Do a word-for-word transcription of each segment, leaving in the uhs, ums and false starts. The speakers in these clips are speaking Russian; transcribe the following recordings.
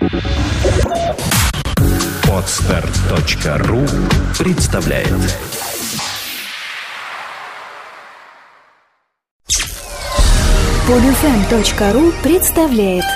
Подстер точка ру представляет. Подфм точка ру представляет.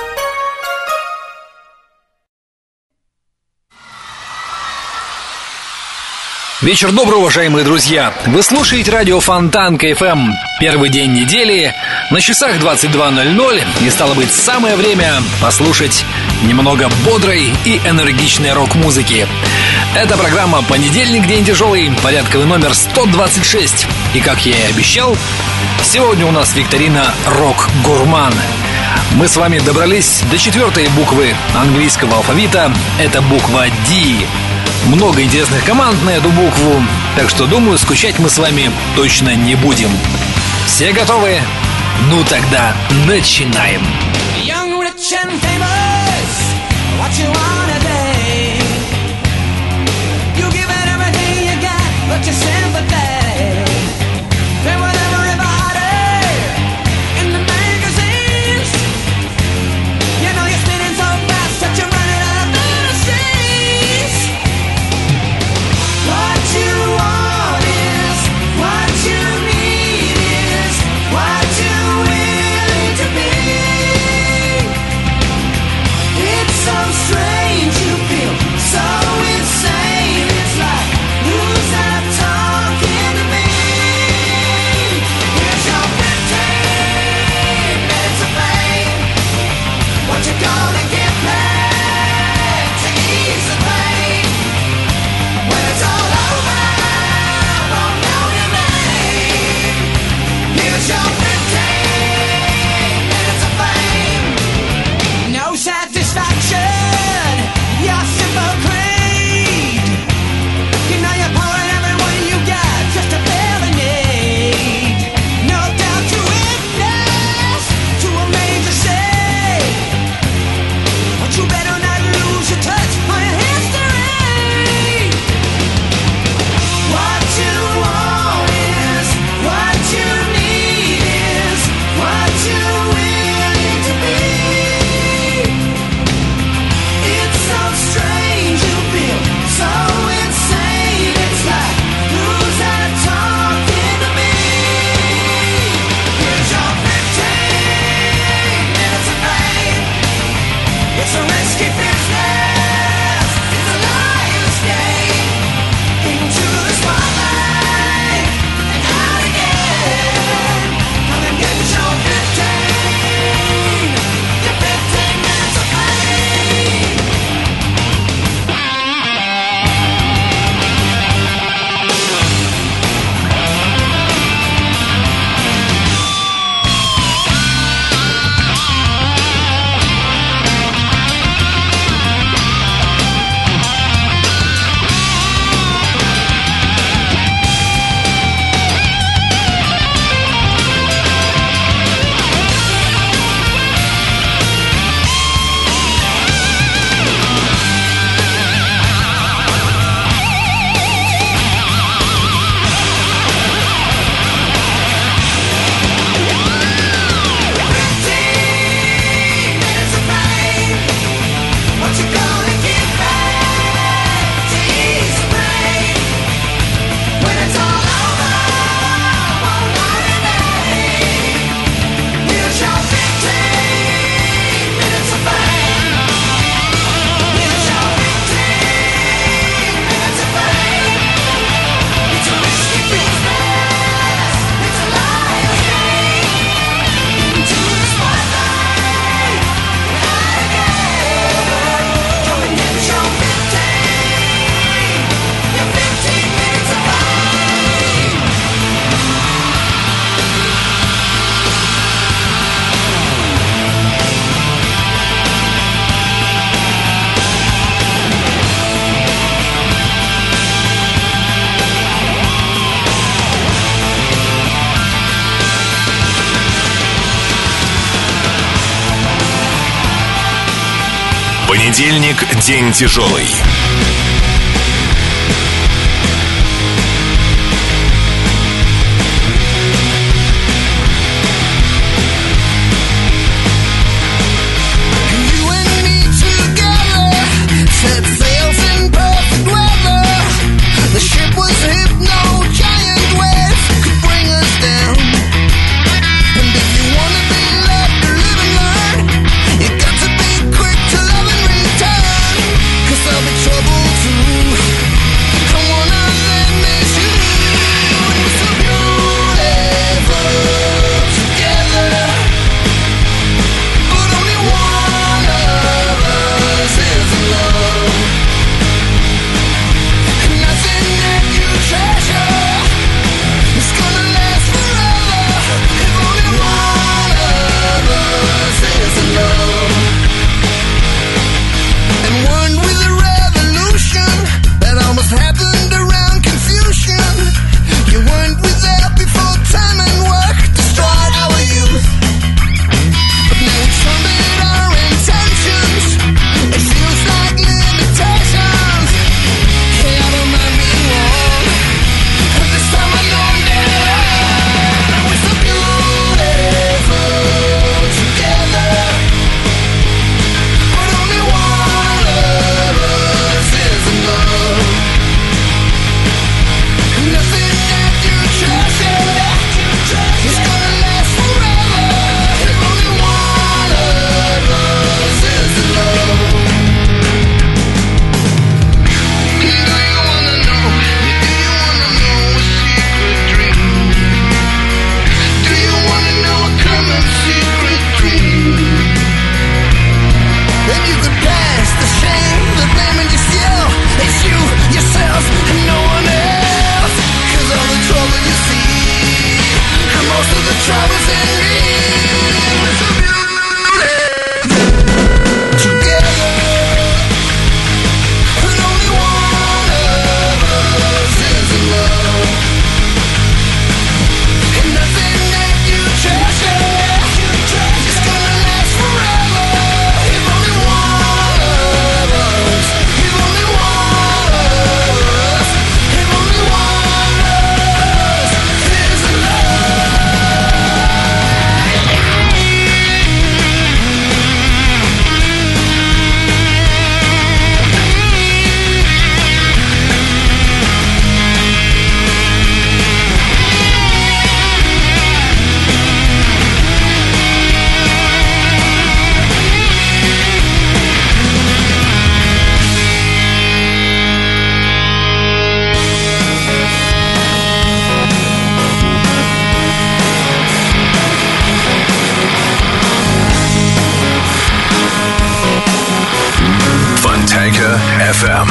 Вечер добрый, уважаемые друзья! Вы слушаете радио Фонтан КФМ. Первый день недели, на часах двадцать два ноль ноль, и стало быть самое время послушать немного бодрой и энергичной рок-музыки. Это программа «Понедельник, день тяжелый», порядковый номер сто двадцать шесть. И, как я и обещал, сегодня у нас викторина «Рок-гурман». Мы с вами добрались до четвертой буквы английского алфавита. Это буква «Ди». Много интересных команд на эту букву, так что, думаю, скучать мы с вами точно не будем. Все готовы? Ну тогда начинаем. Young, rich and famous, what you wanna be? You give it everything you got, but your sympathy. Play with everybody in the magazines. You know you're spinning so fast that you're running out of fantasies. What you want is, what you need is, what you're willing to be. It's so strange, you feel so insane. It's like, who's that talking to me? Here's your fifteen minutes of fame. What you gonna get back to ease the pain? When it's all over, won't know your name. Here's your fifteen minutes of fame. No satisfaction, your simple creed. You know you're pouring everyone you got just to fill the need. No doubt you witness to a major shame, but you better not lose your touch on your history. What you want is, what you need is, what you're willing to be. It's so strange, you feel so insane. It's like, who's that talking to me? Here's your fifteen minutes of fame. It's a risky business, it's a lion's game. Into the spotlight and out again. Come and get your fifteen, your fifteen minutes of fame. fifteen minutes of fame. What you gonna get back to ease the pain? When it's all over, won't know your name. Here's your fifteen minutes of fame. Here's your fifteen minutes of fame. It's a risky business, it's a lion's game. Into the spotlight, out again. Come and get your fifteen, your fifteen minutes of fame. Понедельник, день тяжелый. You and me together. эф эм.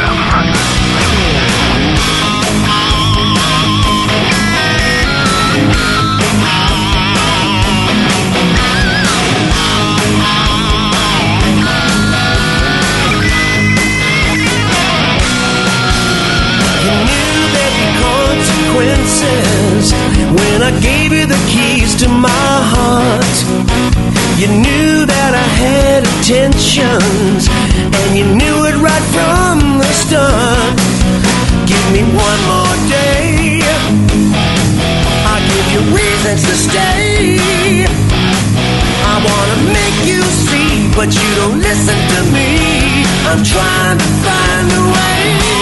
When I gave you the keys to my heart, you knew that I had intentions, and you knew it right from the start. Give me one more day, I'll give you reasons to stay. I wanna make you see, but you don't listen to me. I'm trying to find a way.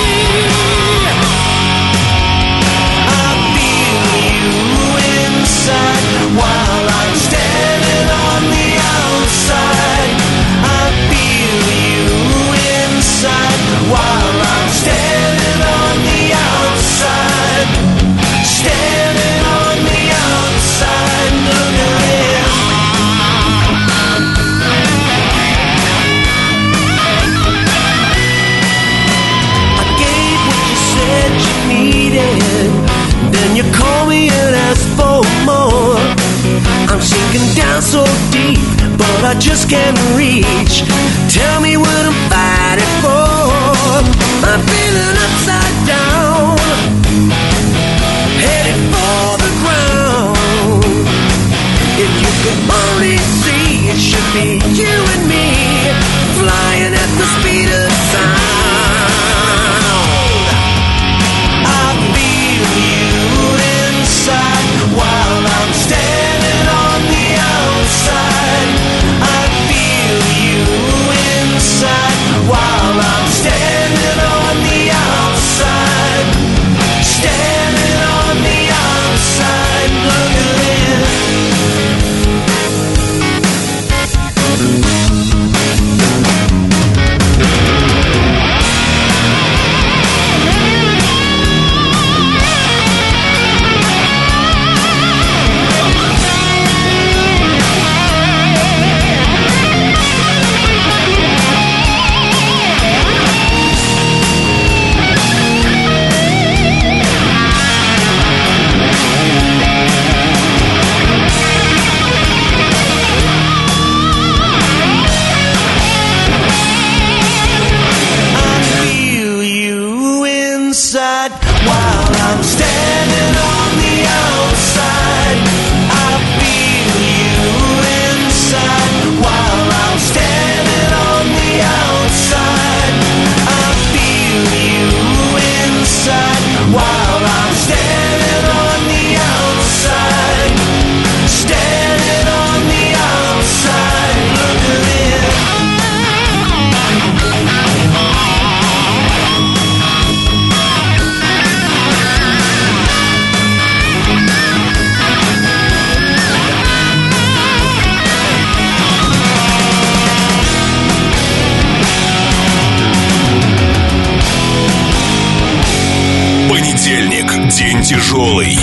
While I'm standing on the outside, I feel you inside. While I'm standing on the outside, standing on the outside, look at it. I gave what you said you needed, then you called me and asked for more. I'm sinking down so deep, but I just can't reach. Tell me what I'm fighting for. I'm feeling upside down, headed for the ground. If you could only see, it should be you and me, flying at the speed of sound. I feel you inside while I'm standing on the outside. I feel you inside while I'm standing on the outside. Standing on the outside, look at this. День тяжелый.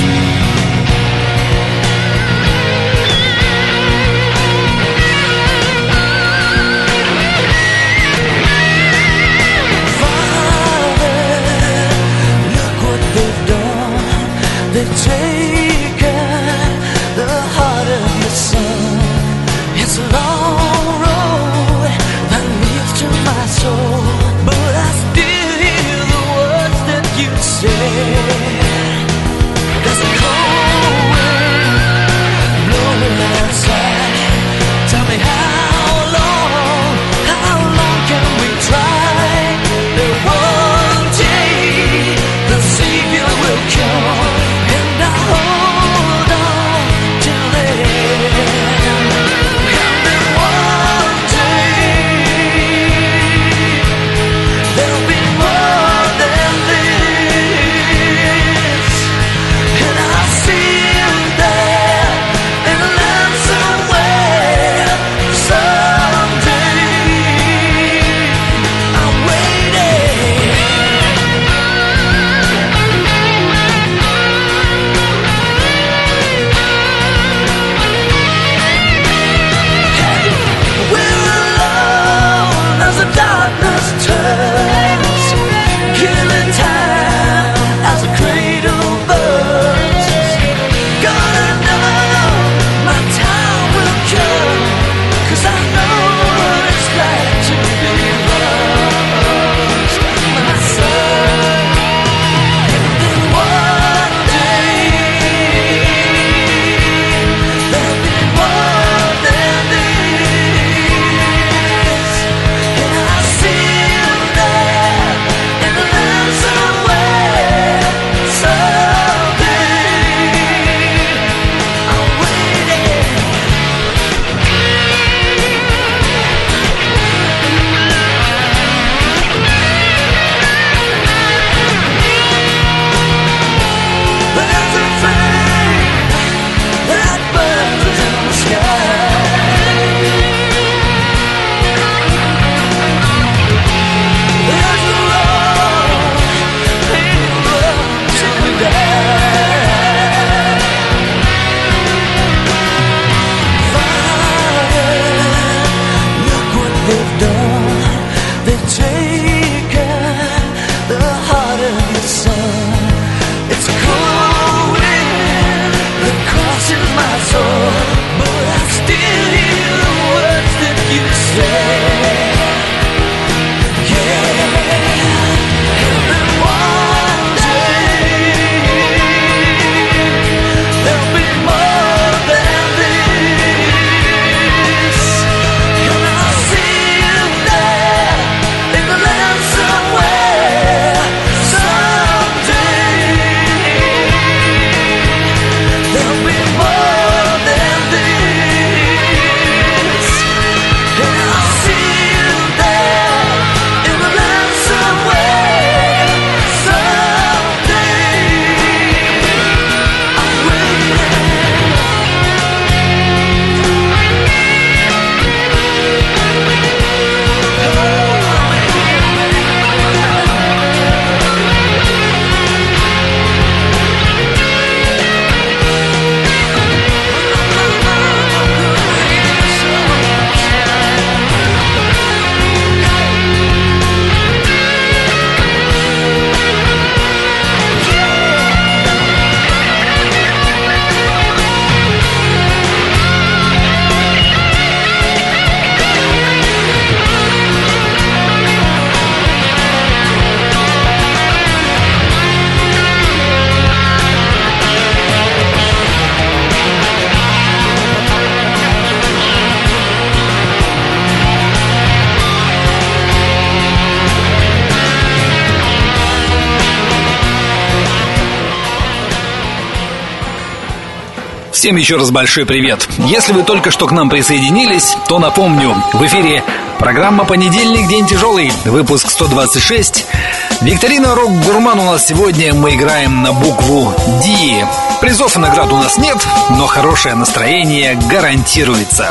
Всем еще раз большой привет. Если вы только что к нам присоединились, то напомню, в эфире программа «Понедельник. День тяжелый», выпуск сто двадцать шесть. Викторина «Рок-гурман» у нас сегодня. Мы играем на букву «Ди». Призов и наград у нас нет, но хорошее настроение гарантируется.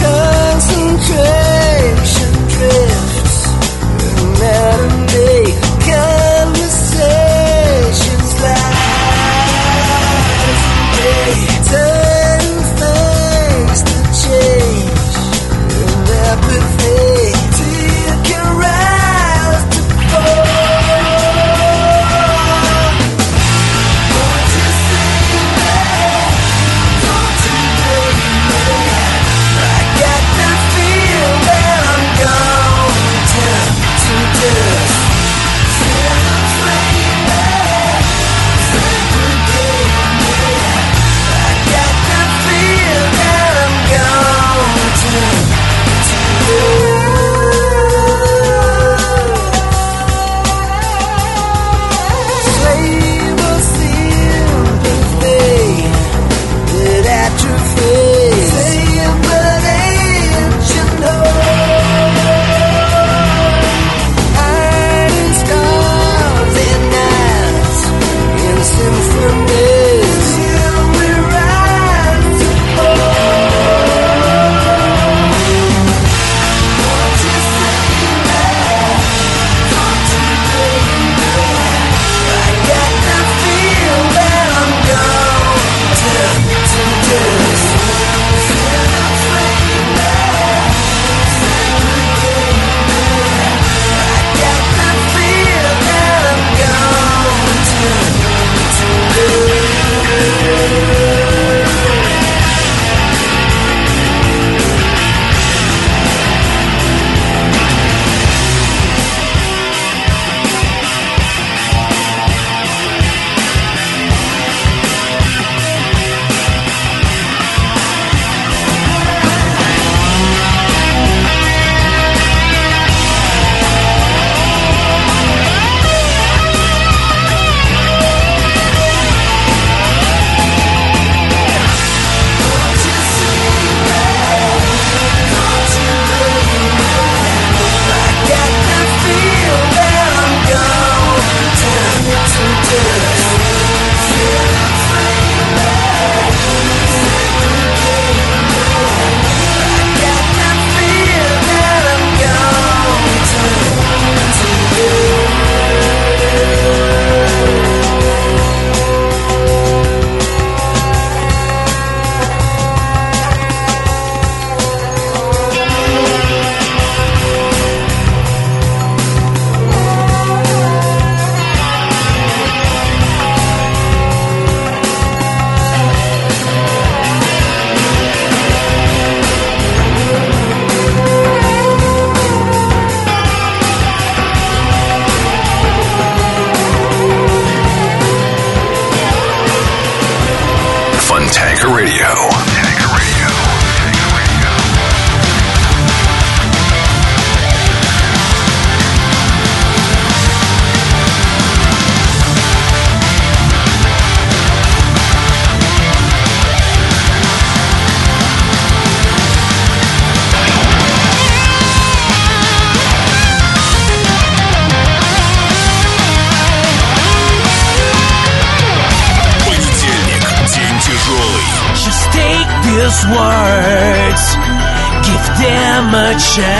Words, give them a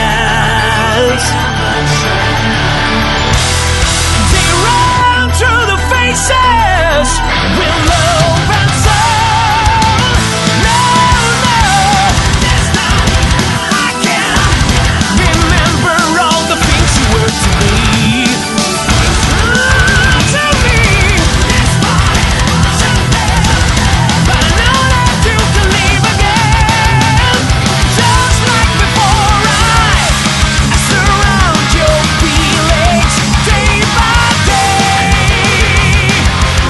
chance. Dig around through the faces with love and soul. No, no, there's not. I can't remember all the things you were to me. To me, it's fine, but I know that you can leave again. Just like before, I, I surround your feelings day by day.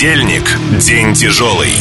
Понедельник – день тяжелый.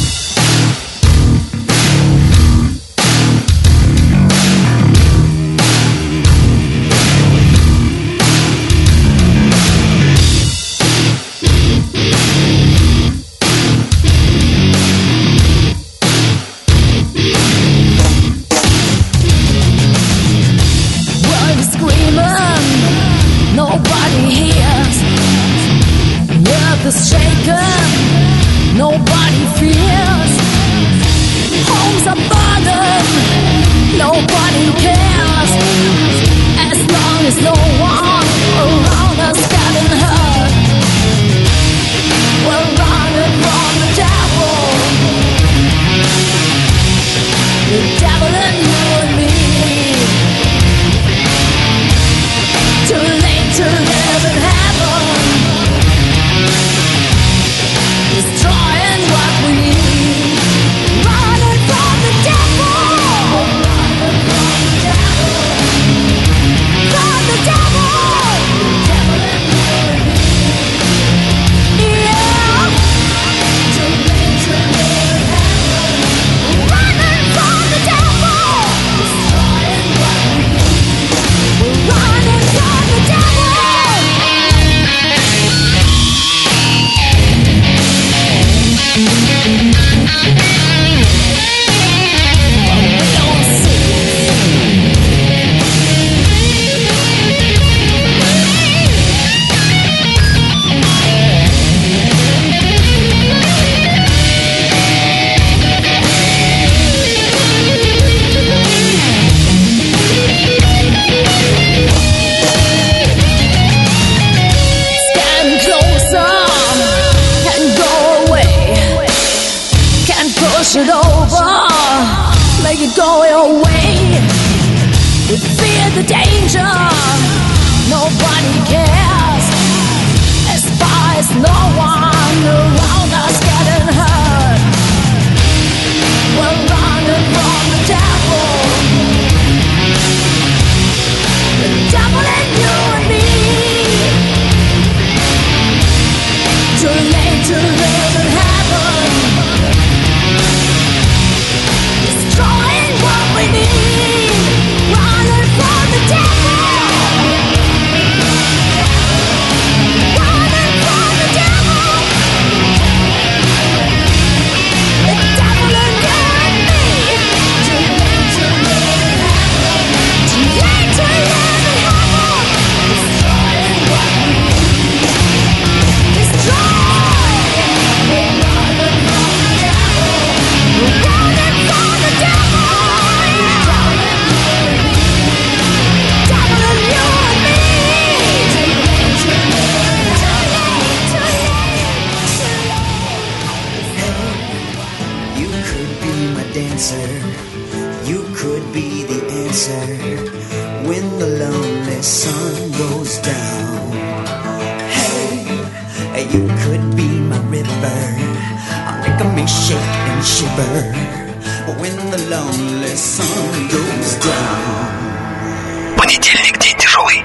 Понедельник, день тяжелый.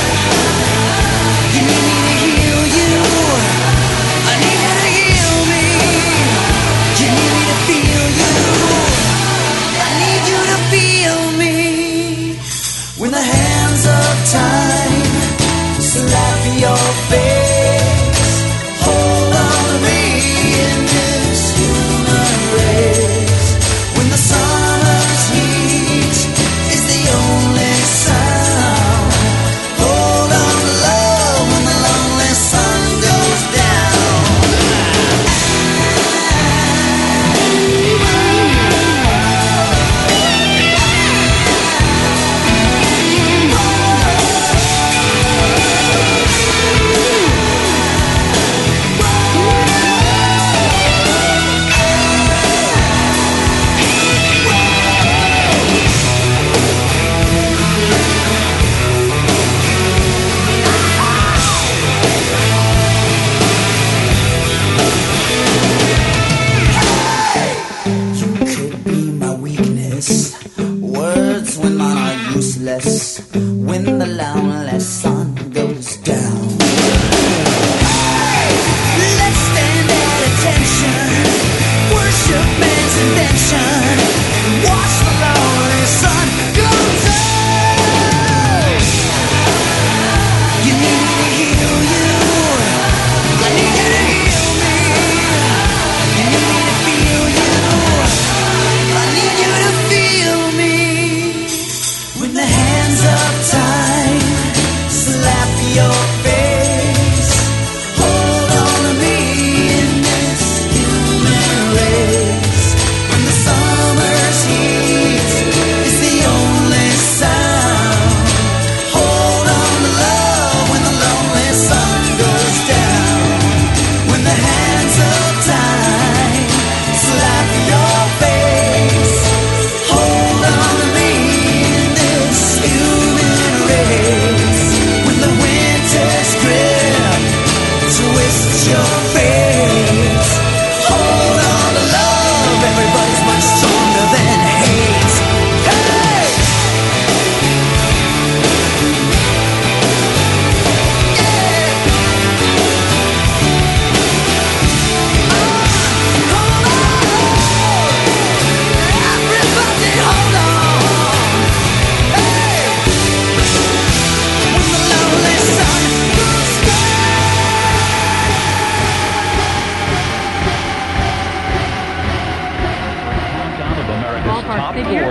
You need me to heal you. I need you to heal me.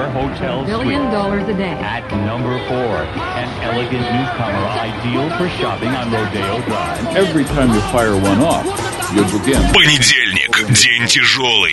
hotel billion suite. dollars a day. At number four, an elegant newcomer ideal for shopping on Rodeo Drive. Every time you fire one off, you begin. Понедельник. День тяжелый.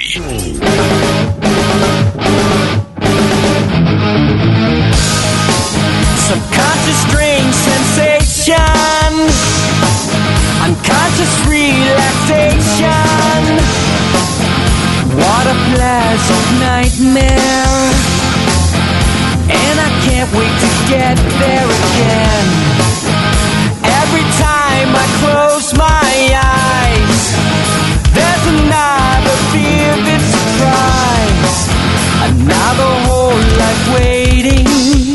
Subconscious strange sensation, unconscious relaxation. What a pleasant nightmare, and I can't wait to get there again. Every time I close my eyes, there's another vivid surprise, another whole life waiting,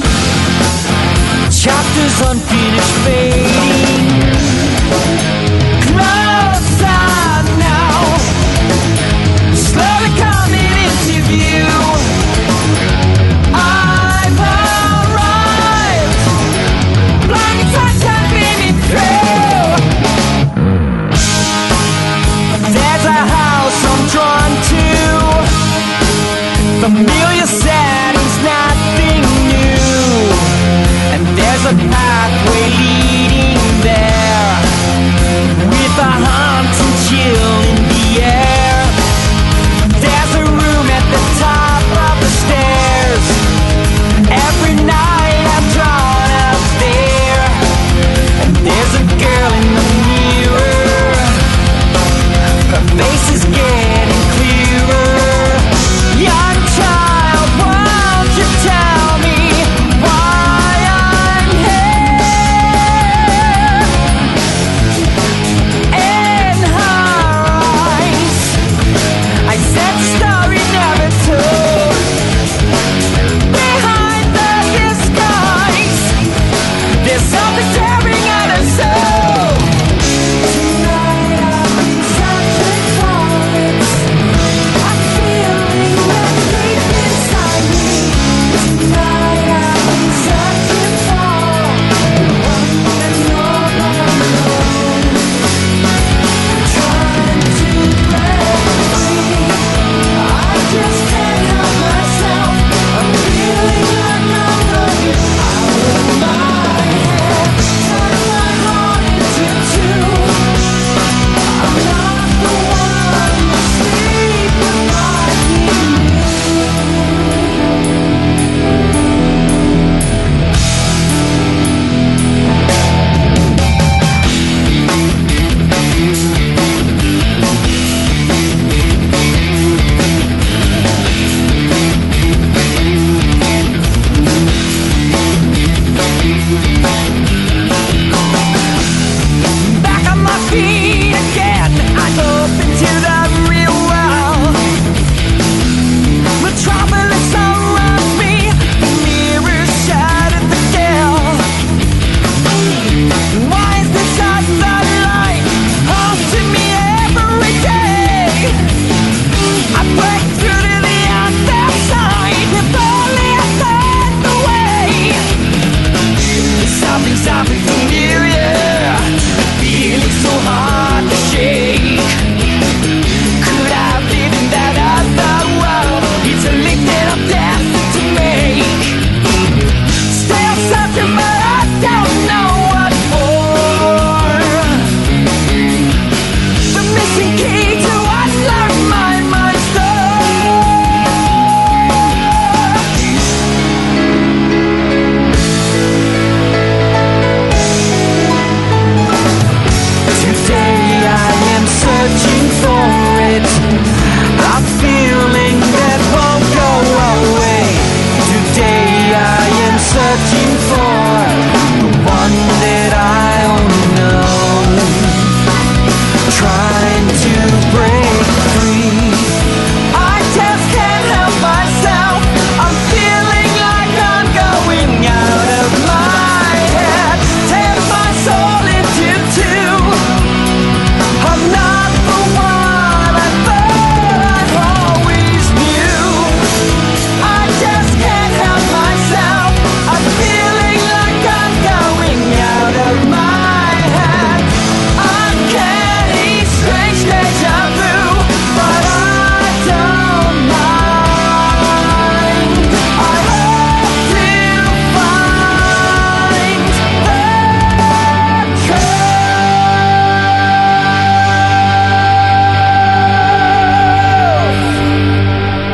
chapters unfinished fading. Closer now, slowly coming into view. I've arrived, blinding touch has beaming through. There's a house I'm drawn to, familiar settings, nothing new. And there's a pathway leading there, with a haunting chill in the air. There's a room at the top of the stairs. Every night I'm drawn up there, and there's a girl in the mirror. Her face is getting clearer. Young child, won't you tell me why I'm here? And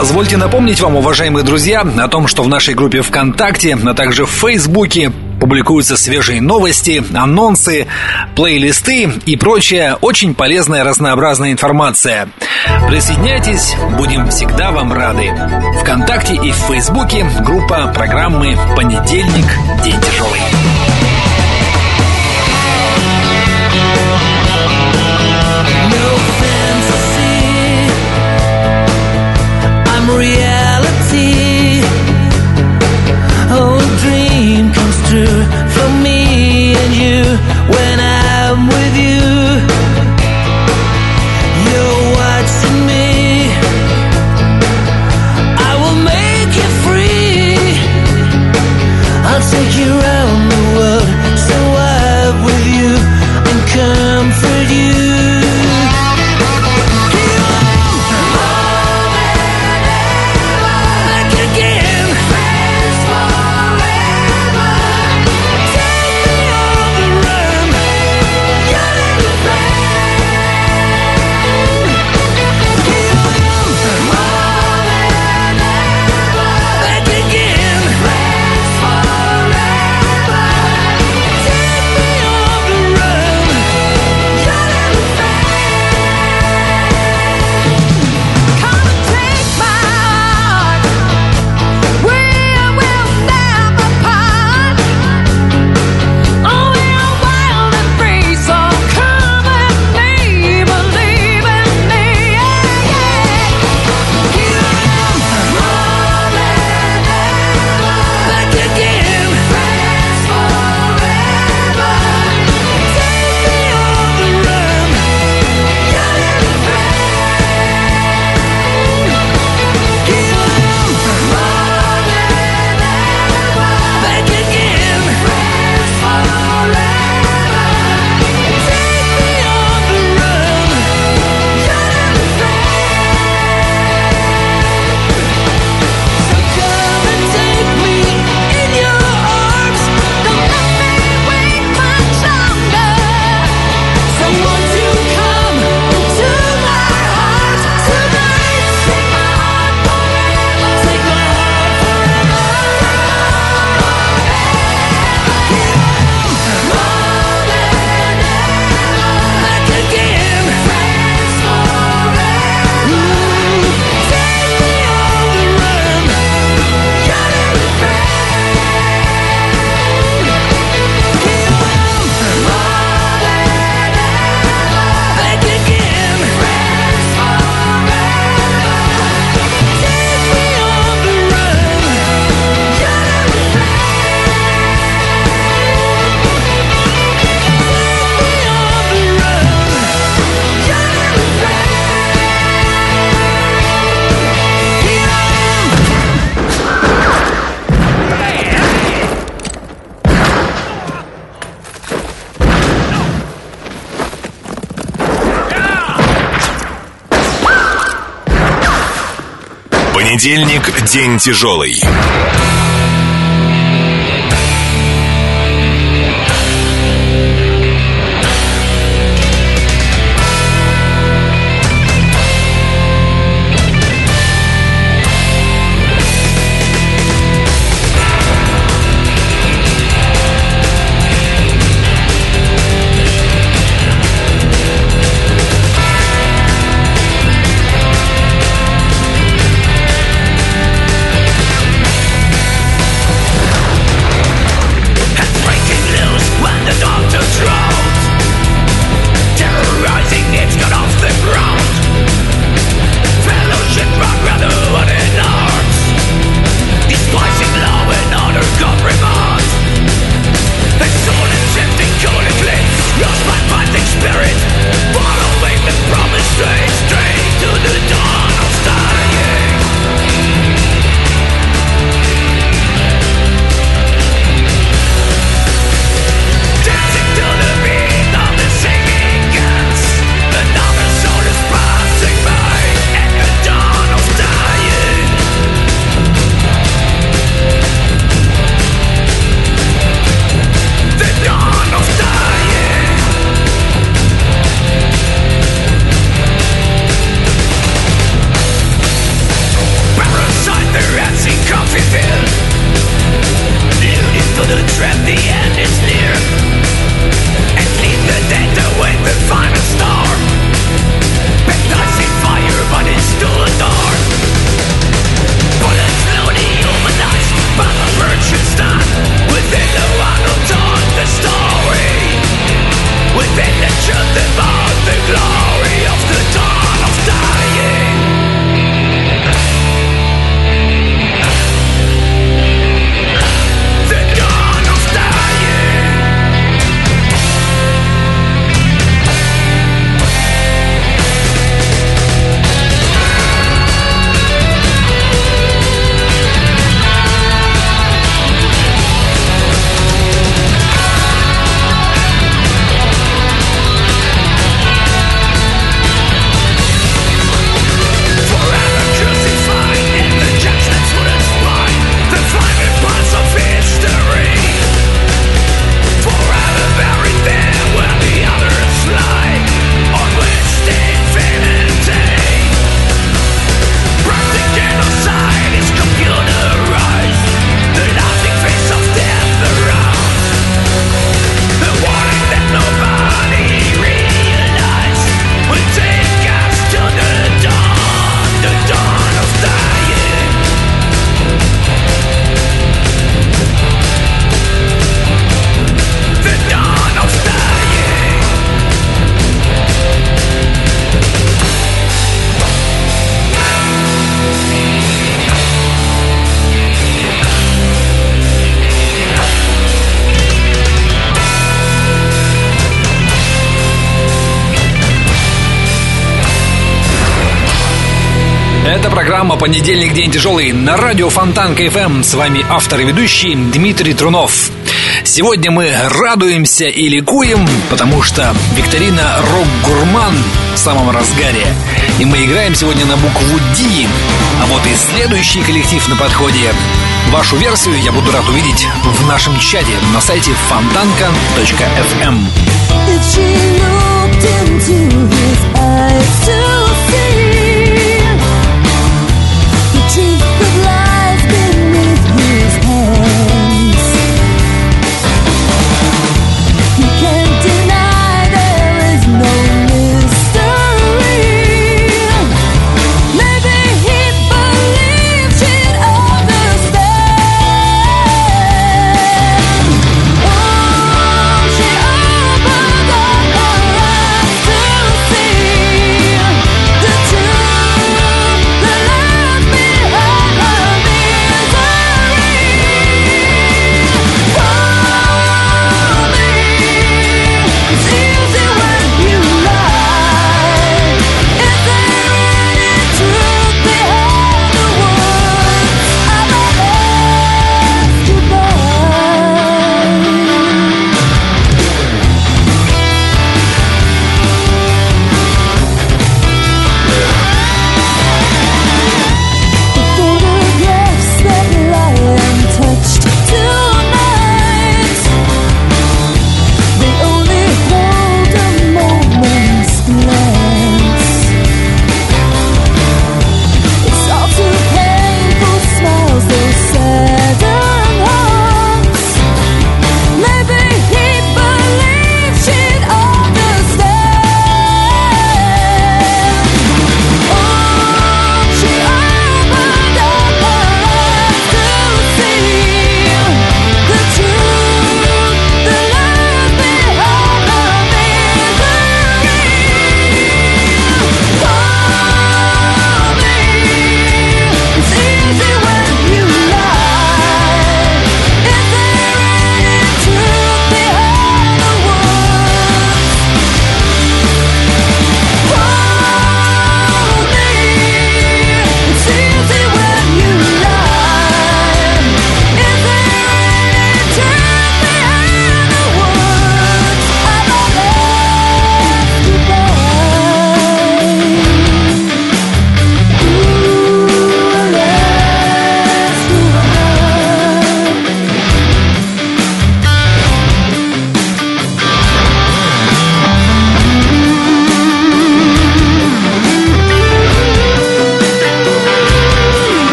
Позвольте напомнить вам, уважаемые друзья, о том, что в нашей группе ВКонтакте, а также в Фейсбуке публикуются свежие новости, анонсы, плейлисты и прочая очень полезная разнообразная информация. Присоединяйтесь, будем всегда вам рады. ВКонтакте и в Фейсбуке группа программы «Понедельник. День тяжелый». Reality, oh, a dream comes true for me and you when I'm with you. You're watching me, I will make you free. I'll take you around the world, so I'm with you and comfort you. Понедельник. День тяжелый. Это программа «Понедельник. День тяжелый» на радио Фонтанка эф эм. С вами автор и ведущий Дмитрий Трунов. Сегодня мы радуемся и ликуем, потому что викторина «Рок-гурман» в самом разгаре. И мы играем сегодня на букву «Ди». А вот и следующий коллектив на подходе. Вашу версию я буду рад увидеть в нашем чате на сайте фонтанка точка эф эм.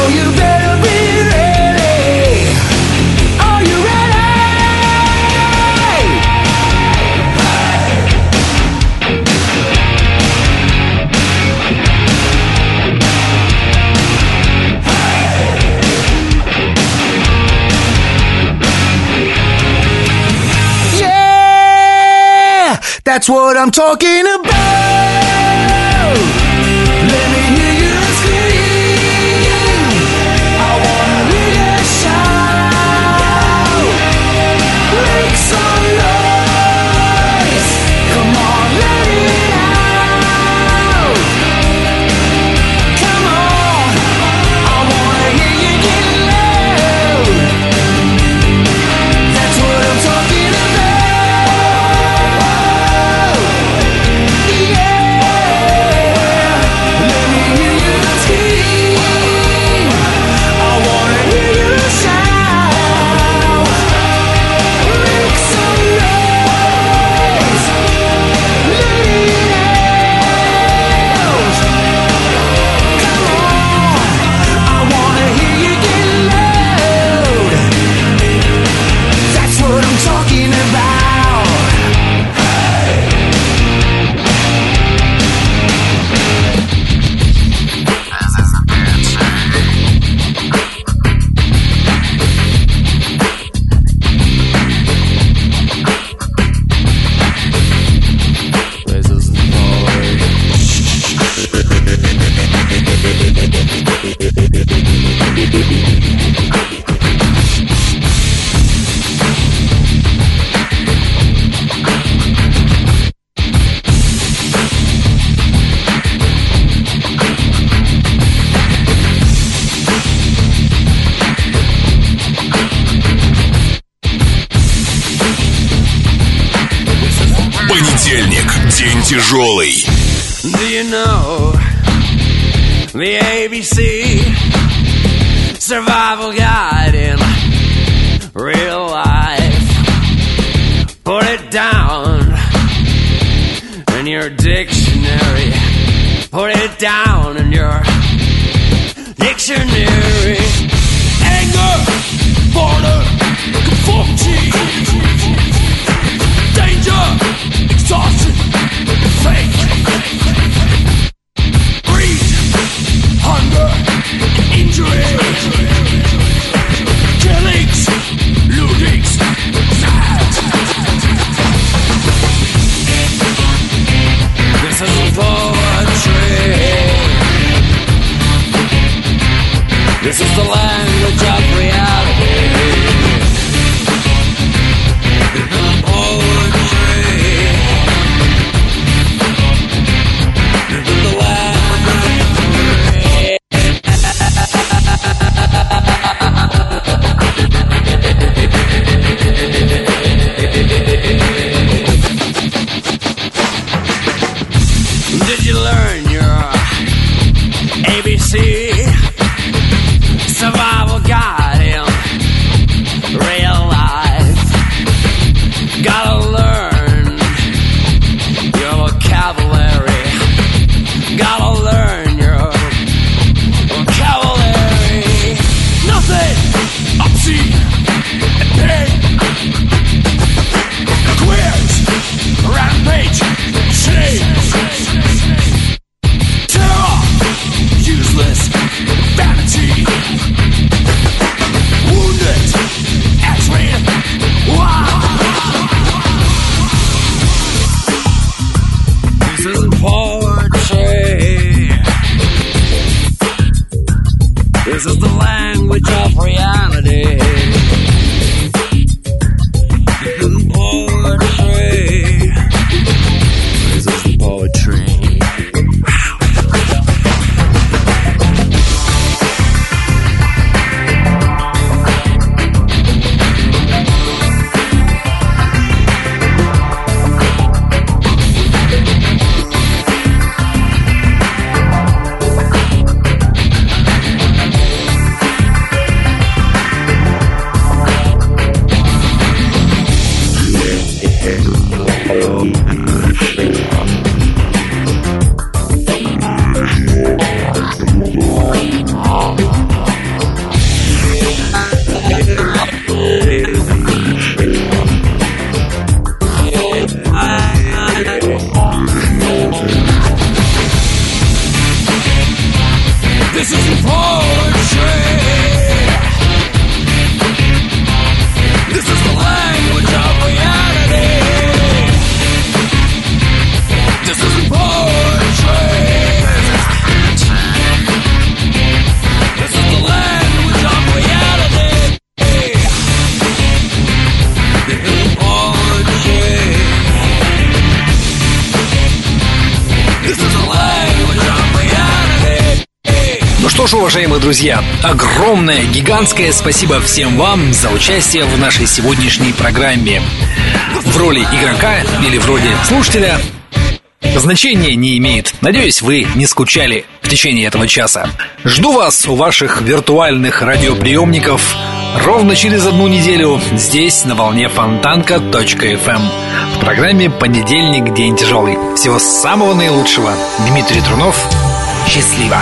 you better be ready. Are you ready? Yeah, that's what I'm talking about. Let me hear you scream. I wanna hear you shout. Make some noise. Come on, let it out. Come on, I wanna hear you get loud. That's what I'm talking about. Yeah. Let me hear you scream. I wanna hear you shout. Make some noise. Let it out. Come on, I wanna hear you get loud. That's what I'm talking about. Понедельник. День тяжелый. Do you know the A B C survival guide in real life? Put it down in your dictionary. Put it down in your dictionary. Anger, border, conformity, danger, exhaustion, fate, greed, hunger, injury, killings, lootings, sad. This is poetry. This is the language of reality. Did you learn your A B C survival guide in real life? Gotta learn your vocabulary. Gotta learn your vocabulary. Nothing obscene and pain. Queers, rampage, shame. Terror, useless, vanity. Wounded, X-rated, wow. This isn't poetry. This is the language of reality. This isn't poetry. This isn't poetry. Что ж, уважаемые друзья, огромное, гигантское спасибо всем вам за участие в нашей сегодняшней программе. В роли игрока или в роли слушателя значения не имеет. Надеюсь, вы не скучали в течение этого часа. Жду вас у ваших виртуальных радиоприемников ровно через одну неделю здесь, на волне фонтанка точка эф эм, в программе «Понедельник. День тяжелый». Всего самого наилучшего. Дмитрий Трунов. Счастливо.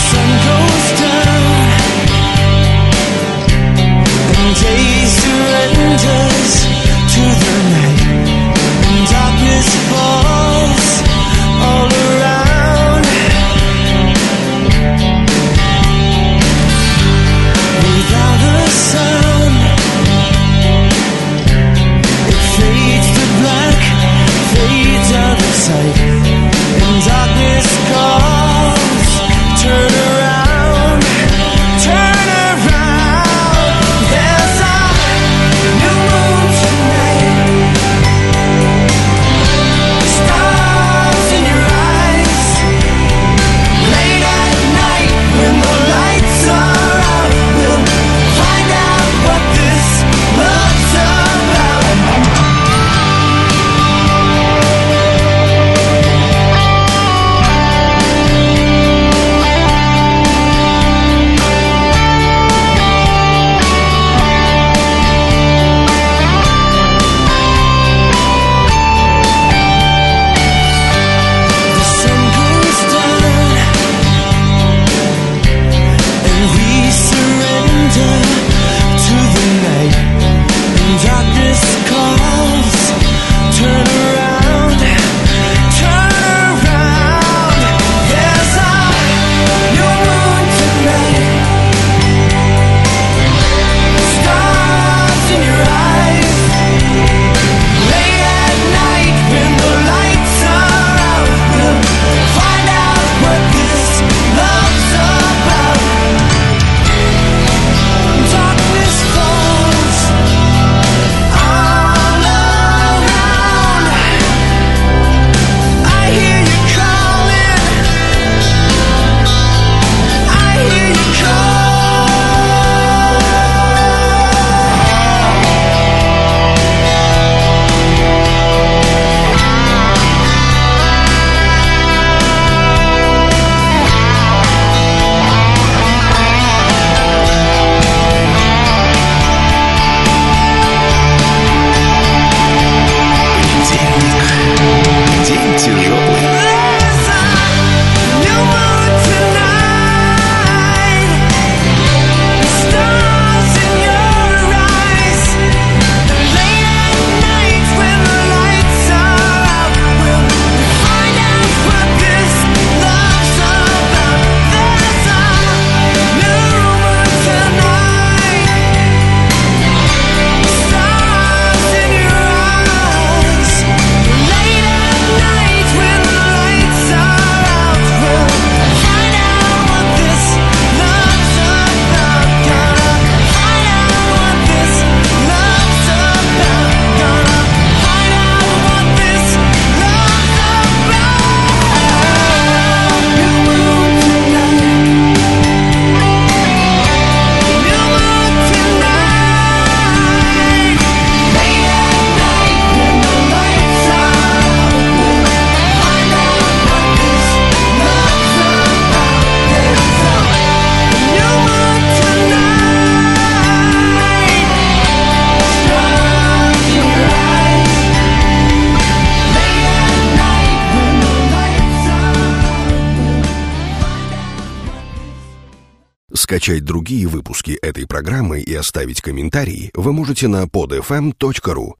Скачать другие выпуски этой программы и оставить комментарии вы можете на под эф эм точка ру.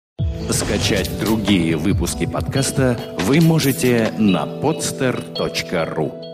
Скачать другие выпуски подкаста вы можете на подстер точка ру.